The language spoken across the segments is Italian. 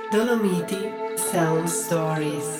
Dolomiti Sound Stories.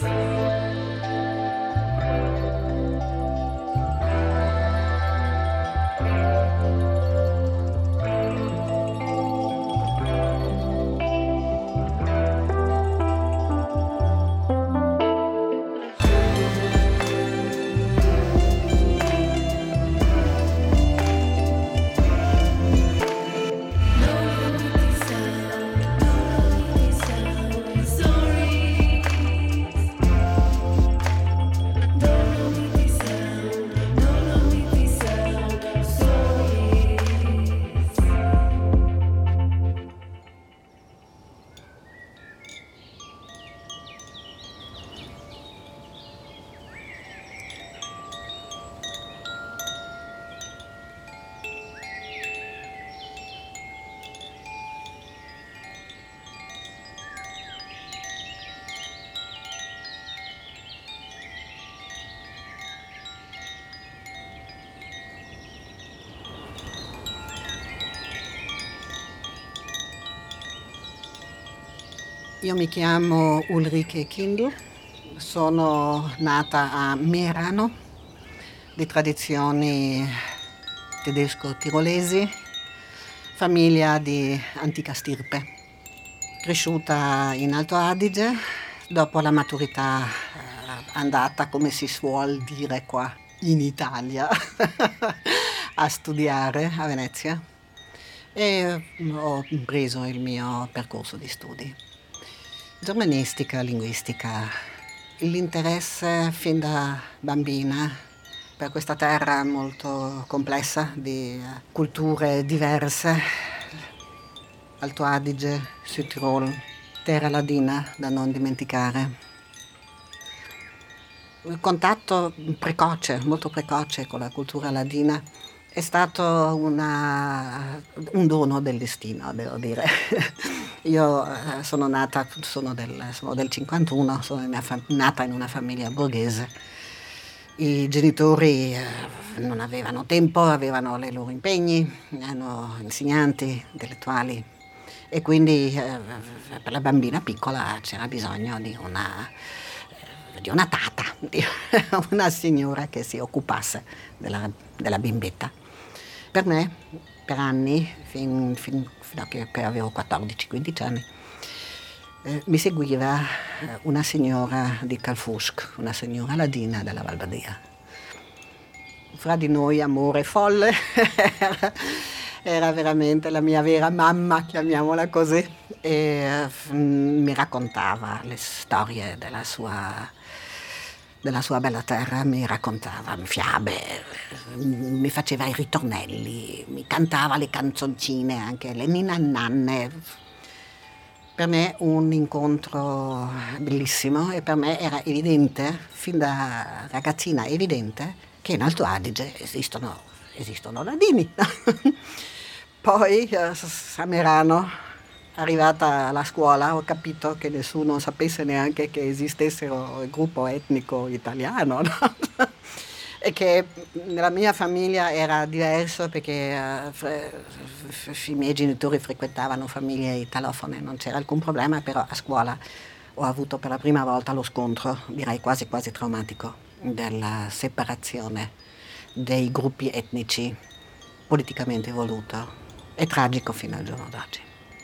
Io mi chiamo Ulrike Kindu, sono nata a Merano, di tradizioni tedesco-tirolesi, famiglia di antica stirpe. Cresciuta in Alto Adige, dopo la maturità andata, come si suol dire qua in Italia, a studiare a Venezia e ho preso il mio percorso di studi. Germanistica, linguistica, l'interesse fin da bambina per questa terra molto complessa di culture diverse, Alto Adige, Südtirol, terra ladina da non dimenticare. Il contatto precoce, molto precoce con la cultura ladina è stato un dono del destino, devo dire. Io sono del 51, sono nata in una famiglia borghese. I genitori non avevano tempo, avevano i loro impegni, erano insegnanti, intellettuali e quindi per la bambina piccola c'era bisogno di una tata, di una signora che si occupasse della bimbetta. Per me, per anni, fino a che avevo 14-15 anni, mi seguiva una signora di Calfusc, una signora ladina della Valbadia. Fra di noi amore folle, era veramente la mia vera mamma, chiamiamola così, e mi raccontava le storie della sua bella terra, mi raccontava fiabe, mi faceva i ritornelli, mi cantava le canzoncine, anche le ninannanne. Per me un incontro bellissimo e per me era evidente, fin da ragazzina evidente, che in Alto Adige esistono ladini. Poi a Merano, arrivata alla scuola, ho capito che nessuno sapesse neanche che esistessero il gruppo etnico italiano, no? E che nella mia famiglia era diverso perché i miei genitori frequentavano famiglie italofone, non c'era alcun problema, però a scuola ho avuto per la prima volta lo scontro, direi quasi traumatico, della separazione dei gruppi etnici politicamente voluto e tragico fino al giorno d'oggi.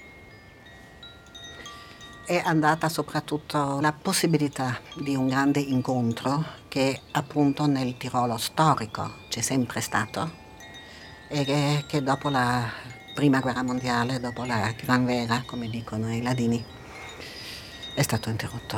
È andata soprattutto la possibilità di un grande incontro che appunto nel Tirolo storico c'è sempre stato e che dopo la Prima Guerra Mondiale, dopo la Gran Vera, come dicono i ladini, è stato interrotto.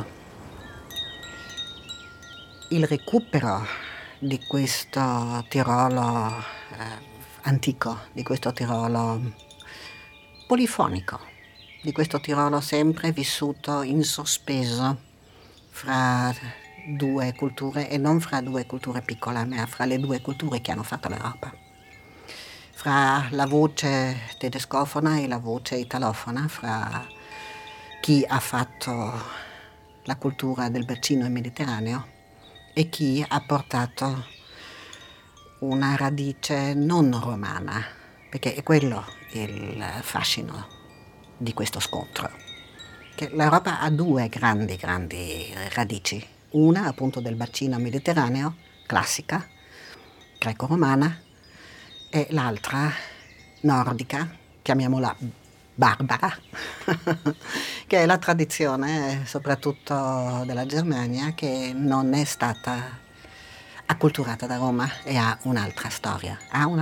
Il recupero di questo Tirolo antico, di questo Tirolo polifonico, di questo Tirolo sempre vissuto in sospeso fra due culture, e non fra due culture piccole, ma fra le due culture che hanno fatto l'Europa. Fra la voce tedescofona e la voce italofona, fra chi ha fatto la cultura del bacino e mediterraneo e chi ha portato una radice non romana, perché è quello il fascino di questo scontro. che l'Europa ha due grandi radici. Una appunto del bacino mediterraneo, classica, greco-romana, e l'altra nordica, chiamiamola barbara, che è la tradizione soprattutto della Germania, che non è stata acculturata da Roma e ha un'altra storia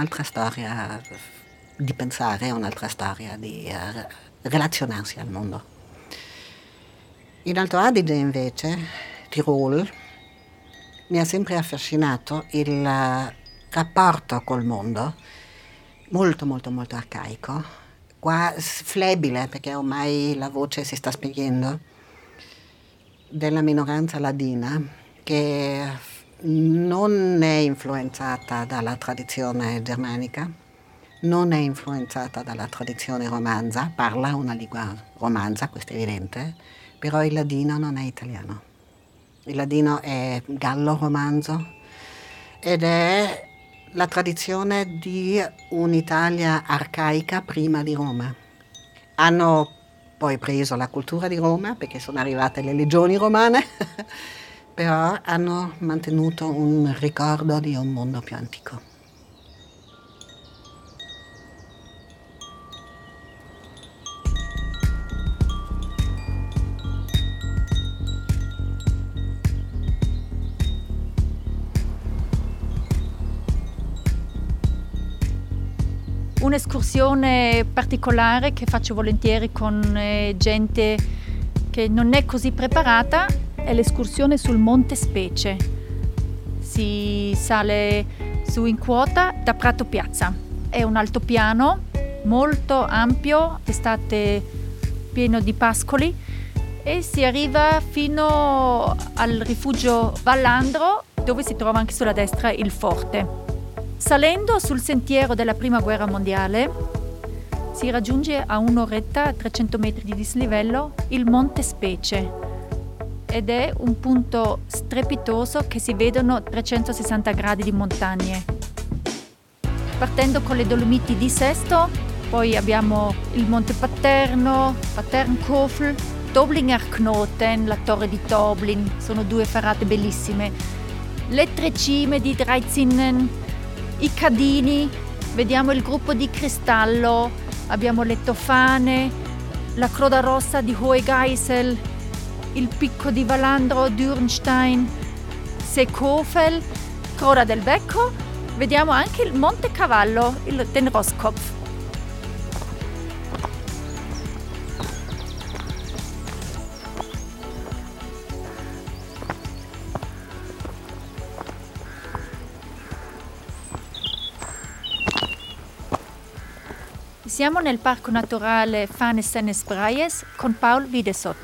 di pensare, un'altra storia di relazionarsi al mondo. In Alto Adige invece, Tirol, mi ha sempre affascinato il rapporto col mondo, molto molto molto arcaico, flebile, perché ormai la voce si sta spegnendo, della minoranza ladina, che non è influenzata dalla tradizione germanica, non è influenzata dalla tradizione romanza, parla una lingua romanza, questo è evidente, però il ladino non è italiano. Il ladino è gallo-romanzo ed è la tradizione di un'Italia arcaica prima di Roma. Hanno poi preso la cultura di Roma perché sono arrivate le legioni romane, però hanno mantenuto un ricordo di un mondo più antico. Un'escursione particolare che faccio volentieri con gente che non è così preparata è l'escursione sul Monte Specie. Si sale su in quota da Prato Piazza. È un altopiano molto ampio, d'estate pieno di pascoli, e si arriva fino al rifugio Vallandro, dove si trova anche sulla destra il forte. Salendo sul sentiero della Prima Guerra Mondiale si raggiunge a un'oretta, a 300 metri di dislivello, il Monte Specie, ed è un punto strepitoso che si vedono 360 gradi di montagne. Partendo con le Dolomiti di Sesto, poi abbiamo il Monte Paterno, Paternkofel, Toblinger Knoten, la Torre di Toblin, sono due ferrate bellissime. Le tre cime di Dreizinnen, i Cadini, vediamo il gruppo di Cristallo, abbiamo le Tofane, la Croda Rossa di Hohe Geisel, il picco di Vallandro, Dürnstein, Seekofel, Croda del Becco, vediamo anche il Monte Cavallo, den Rosskopf. Siamo nel Parco Naturale Fanes-Sennes-Braies con Paul Videsot.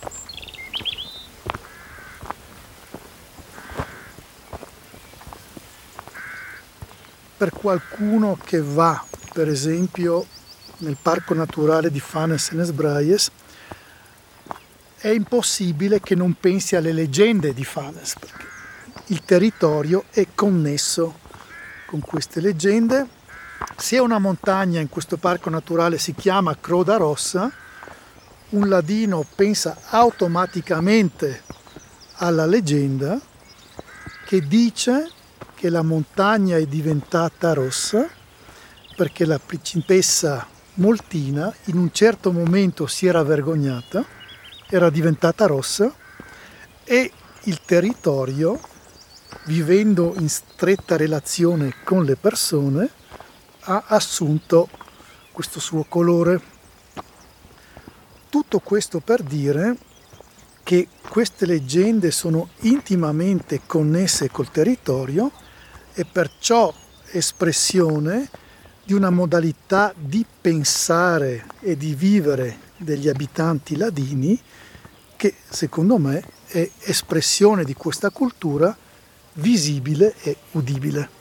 Per qualcuno che va, per esempio, nel Parco Naturale di Fanes-Sennes-Braies, è impossibile che non pensi alle leggende di Fanes, perché il territorio è connesso con queste leggende. Se una montagna in questo parco naturale si chiama Croda Rossa, un ladino pensa automaticamente alla leggenda che dice che la montagna è diventata rossa perché la principessa Moltina in un certo momento si era vergognata, era diventata rossa, e il territorio, vivendo in stretta relazione con le persone, ha assunto questo suo colore. Tutto questo per dire che queste leggende sono intimamente connesse col territorio e perciò espressione di una modalità di pensare e di vivere degli abitanti ladini che, secondo me, è espressione di questa cultura visibile e udibile.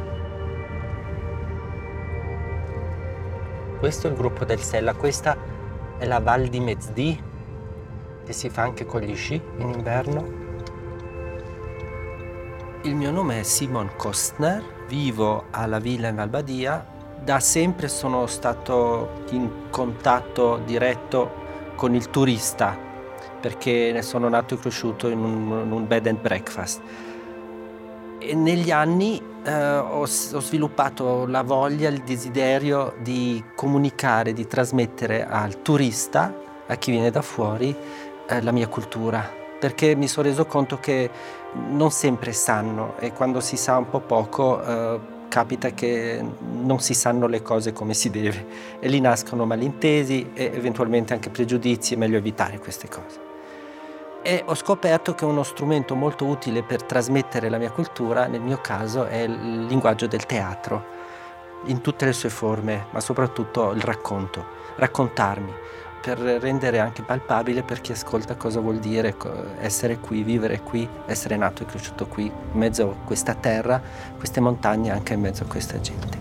Questo è il gruppo del Sella, questa è la Val di Mezdì, che si fa anche con gli sci in inverno. Il mio nome è Simon Kostner, vivo alla villa in Val Badia. Da sempre sono stato in contatto diretto con il turista, perché ne sono nato e cresciuto in un bed and breakfast. E negli anni ho sviluppato la voglia, il desiderio di comunicare, di trasmettere al turista, a chi viene da fuori, la mia cultura, perché mi sono reso conto che non sempre sanno, e quando si sa un po' poco capita che non si sanno le cose come si deve, e lì nascono malintesi e eventualmente anche pregiudizi. È meglio evitare queste cose. E ho scoperto che uno strumento molto utile per trasmettere la mia cultura, nel mio caso, è il linguaggio del teatro, in tutte le sue forme, ma soprattutto il racconto, raccontarmi, per rendere anche palpabile per chi ascolta cosa vuol dire essere qui, vivere qui, essere nato e cresciuto qui, in mezzo a questa terra, queste montagne, anche in mezzo a questa gente.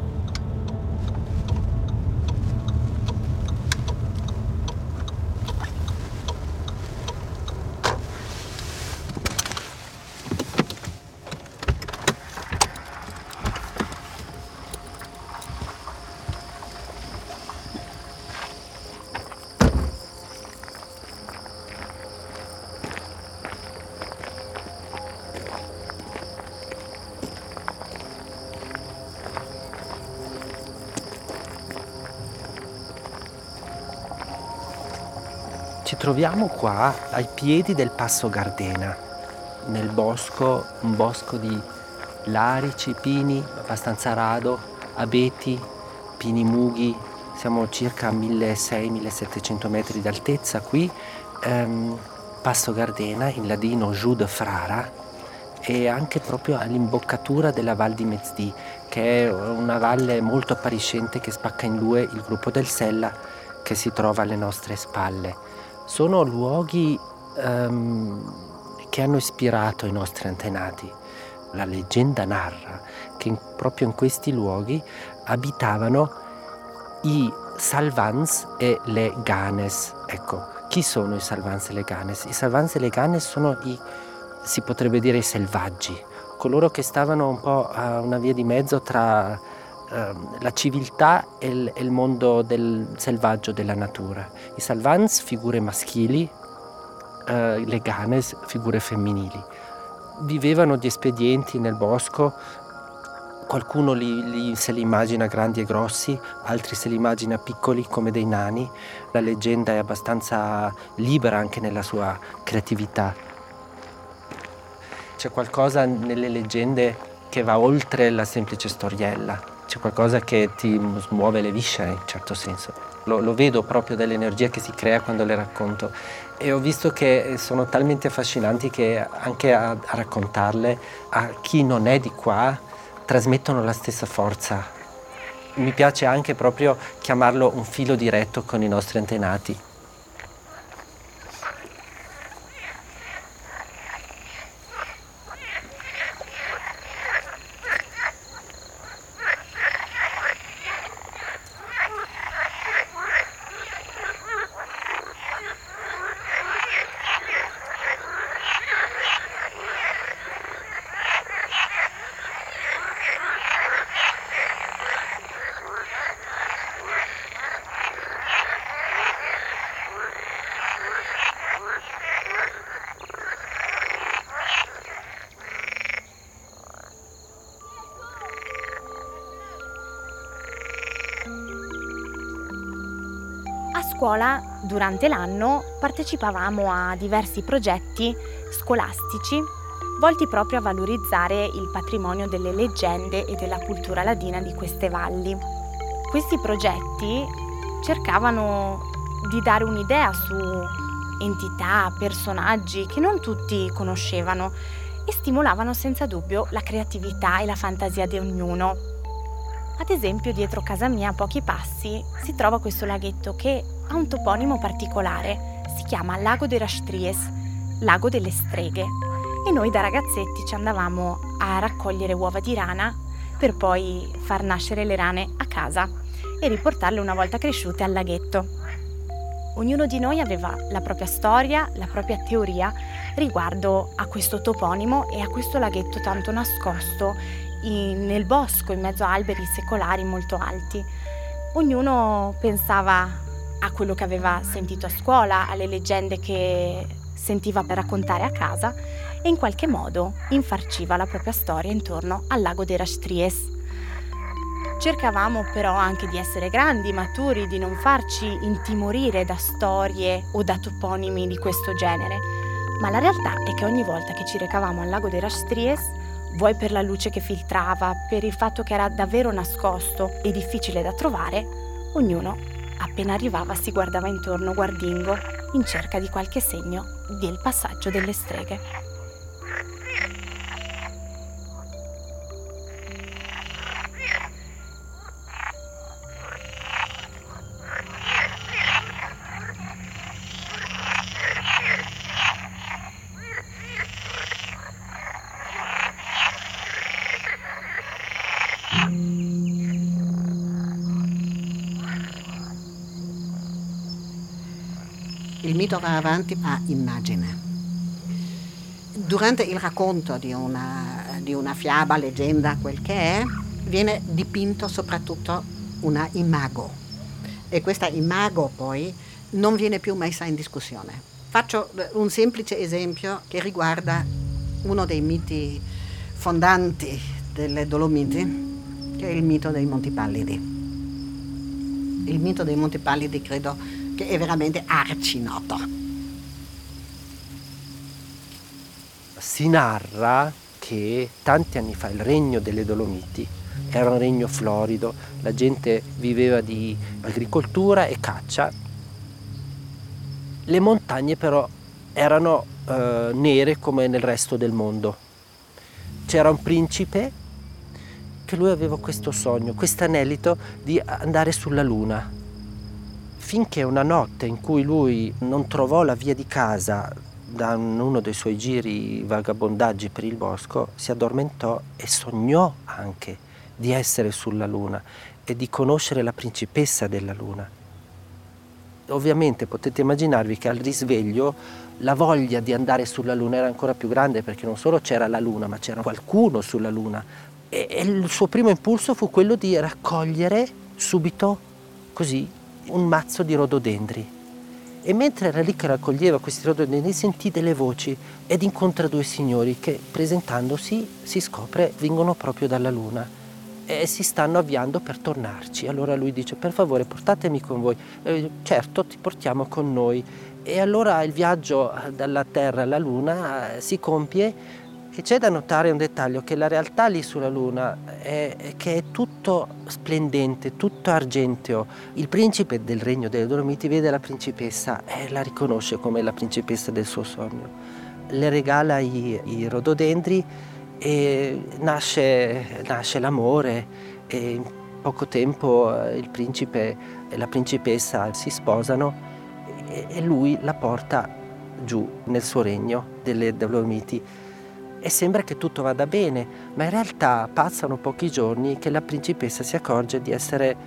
Ci troviamo qua ai piedi del Passo Gardena, nel bosco, un bosco di larici, pini, abbastanza rado, abeti, pini mughi. Siamo circa a 1600-1700 metri d'altezza qui. Passo Gardena, in ladino Giù de Frara, e anche proprio all'imboccatura della Val di Mezdì, che è una valle molto appariscente che spacca in due il gruppo del Sella, che si trova alle nostre spalle. Sono luoghi che hanno ispirato i nostri antenati. La leggenda narra che proprio in questi luoghi abitavano i Salvans e le Ganes. Ecco, chi sono i Salvans e le Ganes? I Salvans e le Ganes sono si potrebbe dire, i selvaggi, coloro che stavano un po' a una via di mezzo tra la civiltà e il mondo del selvaggio, della natura. I Salvans, figure maschili, le Ganes, figure femminili. Vivevano di espedienti nel bosco. Qualcuno se li immagina grandi e grossi, altri se li immagina piccoli come dei nani. La leggenda è abbastanza libera anche nella sua creatività. C'è qualcosa nelle leggende che va oltre la semplice storiella. C'è qualcosa che ti smuove le viscere, in certo senso. Lo vedo proprio dall'energia che si crea quando le racconto. E ho visto che sono talmente affascinanti che anche a raccontarle a chi non è di qua trasmettono la stessa forza. Mi piace anche proprio chiamarlo un filo diretto con i nostri antenati. A scuola, durante l'anno, partecipavamo a diversi progetti scolastici volti proprio a valorizzare il patrimonio delle leggende e della cultura ladina di queste valli. Questi progetti cercavano di dare un'idea su entità, personaggi che non tutti conoscevano e stimolavano senza dubbio la creatività e la fantasia di ognuno. Ad esempio, dietro casa mia, a pochi passi, si trova questo laghetto che ha un toponimo particolare. Si chiama Lago de Rastries, Lago delle Streghe. E noi da ragazzetti ci andavamo a raccogliere uova di rana per poi far nascere le rane a casa e riportarle una volta cresciute al laghetto. Ognuno di noi aveva la propria storia, la propria teoria riguardo a questo toponimo e a questo laghetto tanto nascosto nel bosco, in mezzo a alberi secolari molto alti. Ognuno pensava a quello che aveva sentito a scuola, alle leggende che sentiva per raccontare a casa e in qualche modo infarciva la propria storia intorno al lago dei Rastries. Cercavamo però anche di essere grandi, maturi, di non farci intimorire da storie o da toponimi di questo genere, ma la realtà è che ogni volta che ci recavamo al lago dei Rastries, vuoi per la luce che filtrava, per il fatto che era davvero nascosto e difficile da trovare, ognuno appena arrivava si guardava intorno guardingo in cerca di qualche segno del passaggio delle streghe. Il mito va avanti a immagine. Durante il racconto di una fiaba, leggenda, quel che è, viene dipinto soprattutto una imago. E questa imago poi non viene più messa in discussione. Faccio un semplice esempio che riguarda uno dei miti fondanti delle Dolomiti, che è il mito dei Monti Pallidi. Il mito dei Monti Pallidi credo che è veramente arcinoto. Si narra che tanti anni fa il regno delle Dolomiti era un regno florido, la gente viveva di agricoltura e caccia. Le montagne però erano nere come nel resto del mondo. C'era un principe che lui aveva questo sogno, questo anelito di andare sulla luna. Finché una notte in cui lui non trovò la via di casa da uno dei suoi giri vagabondaggi per il bosco, si addormentò e sognò anche di essere sulla luna e di conoscere la principessa della luna. Ovviamente potete immaginarvi che al risveglio la voglia di andare sulla luna era ancora più grande, perché non solo c'era la luna, ma c'era qualcuno sulla luna. E il suo primo impulso fu quello di raccogliere subito, così, un mazzo di rododendri. E mentre era lì che raccoglieva questi rododendri sentì delle voci ed incontra due signori che, presentandosi, si scopre vengono proprio dalla luna e si stanno avviando per tornarci. Allora lui dice: per favore portatemi con voi. Certo, ti portiamo con noi. E allora il viaggio dalla Terra alla Luna si compie. E c'è da notare un dettaglio, che la realtà lì sulla Luna è che è tutto splendente, tutto argenteo. Il principe del regno delle Dolomiti vede la principessa e la riconosce come la principessa del suo sogno. Le regala i rododendri e nasce l'amore, e in poco tempo il principe e la principessa si sposano e lui la porta giù nel suo regno delle Dolomiti. E sembra che tutto vada bene, ma in realtà passano pochi giorni che la principessa si accorge di essere,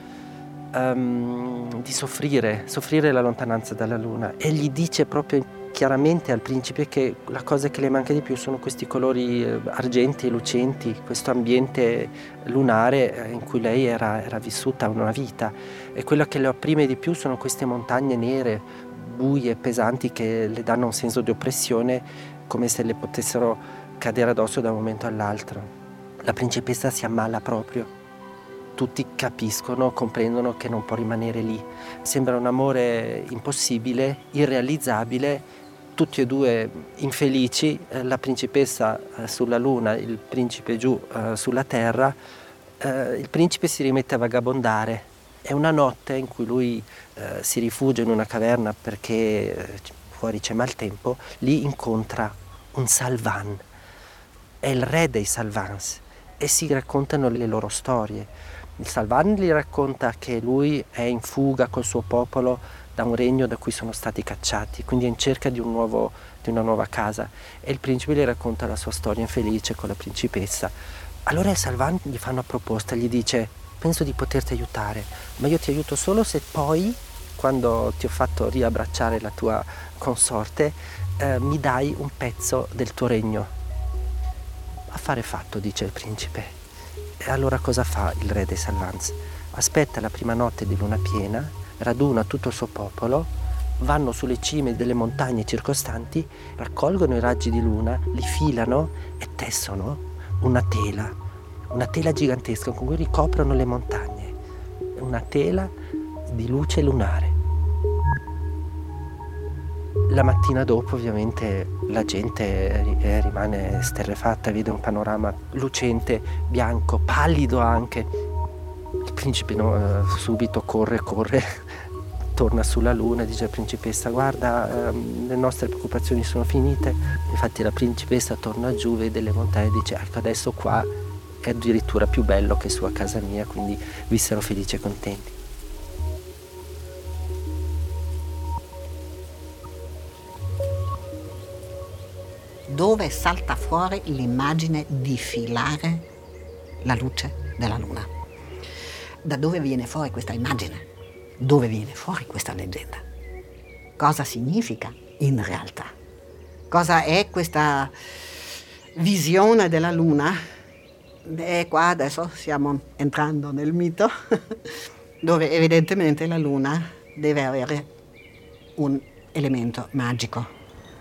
di soffrire la lontananza dalla luna, e gli dice proprio chiaramente al principe che la cosa che le manca di più sono questi colori argenti e lucenti, questo ambiente lunare in cui lei era vissuta una vita, e quello che le opprime di più sono queste montagne nere, buie, pesanti, che le danno un senso di oppressione, come se le potessero cadere addosso da un momento all'altro. La principessa si ammala proprio. Tutti capiscono, comprendono che non può rimanere lì. Sembra un amore impossibile, irrealizzabile, tutti e due infelici, la principessa sulla luna, il principe giù sulla terra. Il principe si rimette a vagabondare. È una notte in cui lui si rifugia in una caverna perché fuori c'è maltempo. Lì incontra un Salvan. È il re dei Salvans e si raccontano le loro storie. Il Salvan gli racconta che lui è in fuga col suo popolo da un regno da cui sono stati cacciati, quindi è in cerca di una nuova casa, e il principe gli racconta la sua storia infelice con la principessa. Allora il Salvan gli fa una proposta, gli dice: penso di poterti aiutare, ma io ti aiuto solo se poi quando ti ho fatto riabbracciare la tua consorte, mi dai un pezzo del tuo regno. Affare fatto, dice il principe. E allora cosa fa il re dei Salvans? Aspetta la prima notte di luna piena, raduna tutto il suo popolo, vanno sulle cime delle montagne circostanti, raccolgono i raggi di luna, li filano e tessono una tela gigantesca con cui ricoprono le montagne, una tela di luce lunare. La mattina dopo ovviamente la gente rimane esterrefatta, vede un panorama lucente, bianco, pallido anche. Il principe subito corre, torna sulla luna e dice alla principessa: guarda, le nostre preoccupazioni sono finite. Infatti la principessa torna giù, vede le montagne e dice: ecco, adesso qua è addirittura più bello che su a casa mia, quindi vissero felici e contenti. Dove salta fuori l'immagine di filare la luce della luna? Da dove viene fuori questa immagine? Dove viene fuori questa leggenda? Cosa significa in realtà? Cosa è questa visione della luna? E qua adesso stiamo entrando nel mito, dove evidentemente la luna deve avere un elemento magico.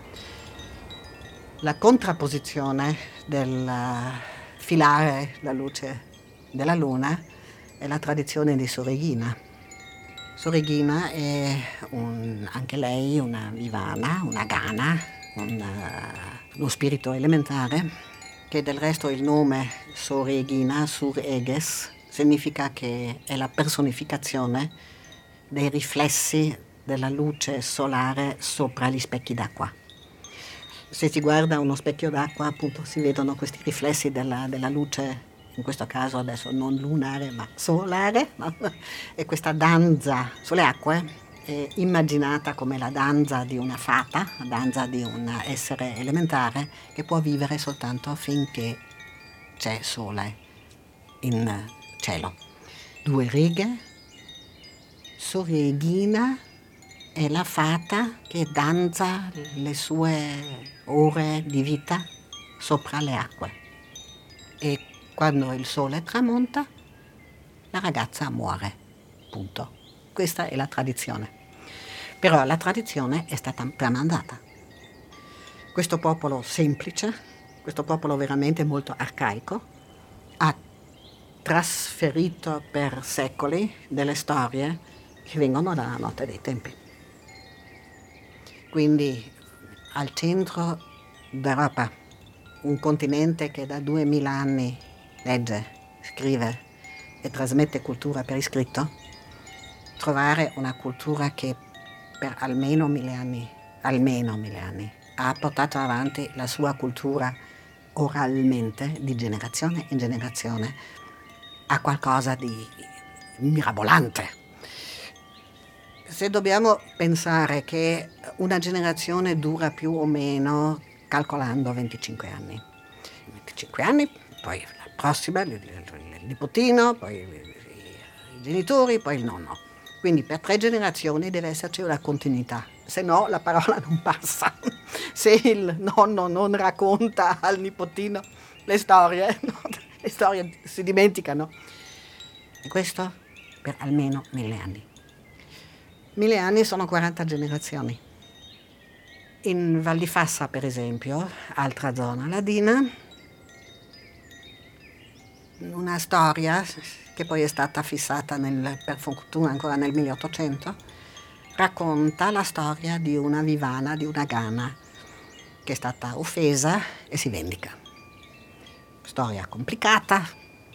La contrapposizione del filare la luce della luna è la tradizione di Sor Egina. Sor Egina è anche lei una vivana, una gana, uno spirito elementare, che del resto il nome Sor Egina, Sur Eges, significa che è la personificazione dei riflessi della luce solare sopra gli specchi d'acqua. Se si guarda uno specchio d'acqua, appunto, si vedono questi riflessi della luce, in questo caso adesso non lunare ma solare, e questa danza sulle acque è immaginata come la danza di una fata, la danza di un essere elementare che può vivere soltanto finché c'è sole in cielo. 2 righe, Sor Egina è la fata che danza le sue ore di vita sopra le acque. E quando il sole tramonta, la ragazza muore. Punto. Questa è la tradizione. Però la tradizione è stata tramandata. Questo popolo semplice, questo popolo veramente molto arcaico, ha trasferito per secoli delle storie che vengono dalla notte dei tempi. Quindi al centro d'Europa, un continente che da 2000 anni legge, scrive e trasmette cultura per iscritto, trovare una cultura che per almeno 1000 anni, ha portato avanti la sua cultura oralmente, di generazione in generazione, ha qualcosa di mirabolante. Se dobbiamo pensare che una generazione dura più o meno calcolando 25 anni. 25 anni, poi la prossima, il nipotino, poi i genitori, poi il nonno. Quindi per 3 generazioni deve esserci una continuità, se no la parola non passa. Se il nonno non racconta al nipotino le storie, no? Le storie si dimenticano. E questo per almeno 1000 anni. 1000 anni sono 40 generazioni. In Val di Fassa, per esempio, altra zona ladina, una storia che poi è stata fissata per fortuna ancora nel 1800, racconta la storia di una vivana, di una gana, che è stata offesa e si vendica. Storia complicata.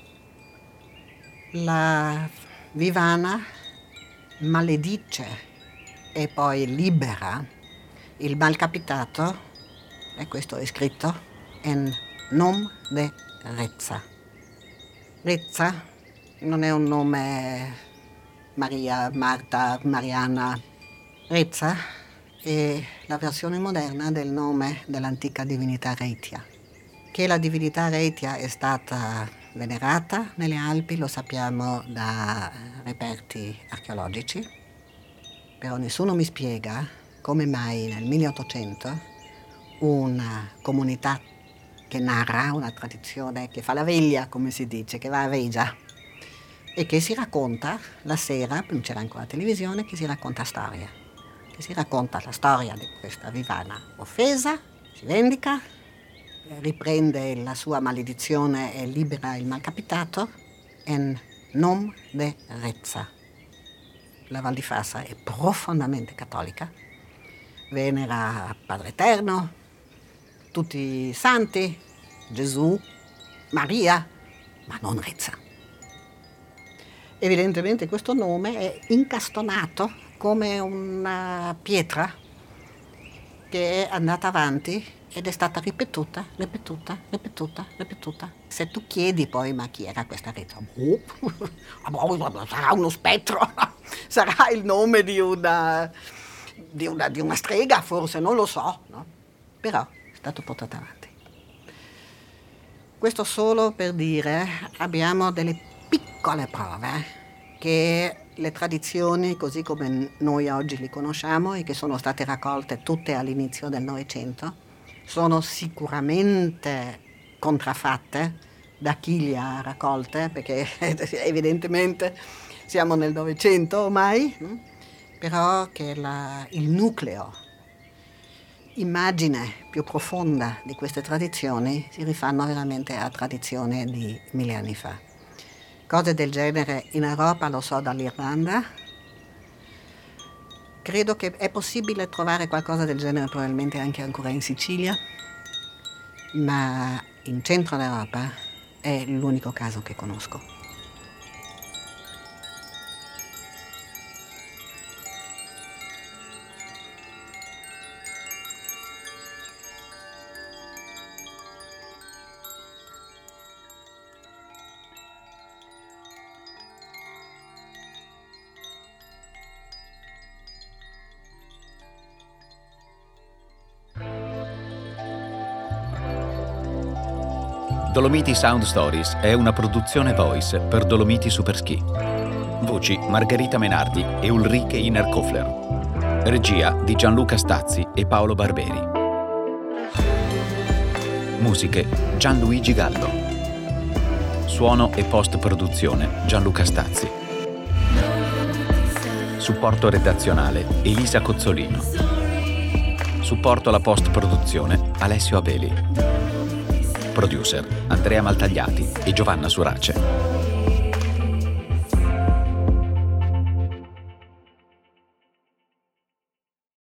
La vivana maledice e poi libera il malcapitato, e questo è scritto, en nom de Rezza. Rezza non è un nome Maria, Marta, Mariana. Rezza è la versione moderna del nome dell'antica divinità Reitia, che la divinità Reitia è stata venerata nelle Alpi, lo sappiamo da reperti archeologici, Però nessuno mi spiega come mai nel 1800 una comunità che narra una tradizione, che fa la veglia, come si dice, che va a veglia, e che si racconta la sera, non c'era ancora la televisione, che si racconta storia. Che si racconta la storia di questa vivana offesa, si vendica, riprende la sua maledizione e libera il malcapitato, en nom de Rezza. La Val di Fassa è profondamente cattolica, venera Padre Eterno, tutti i santi, Gesù, Maria, ma non Rezza. Evidentemente questo nome è incastonato come una pietra che è andata avanti ed è stata ripetuta. Se tu chiedi poi, ma chi era questa Rezza? Sarà uno spettro, sarà il nome di una strega, forse, non lo so, no? Però è stato portato avanti. Questo solo per dire, abbiamo delle piccole prove che le tradizioni, così come noi oggi li conosciamo e che sono state raccolte tutte all'inizio del Novecento, sono sicuramente contraffatte da chi le ha raccolte, perché evidentemente siamo nel Novecento ormai, però che il nucleo, immagine più profonda di queste tradizioni si rifanno veramente a tradizioni di 1000 anni fa. Cose del genere in Europa lo so dall'Irlanda. Credo che è possibile trovare qualcosa del genere probabilmente anche ancora in Sicilia, ma in centro Europa è l'unico caso che conosco. Dolomiti Sound Stories è una produzione Voice per Dolomiti Superski. Voci Margherita Menardi e Ulrike Innerkofler. Regia di Gianluca Stazzi e Paolo Barberi. Musiche Gianluigi Gallo. Suono e post-produzione Gianluca Stazzi. Supporto redazionale Elisa Cozzolino. Supporto alla post-produzione Alessio Abeli. Producer Andrea Maltagliati e Giovanna Surace.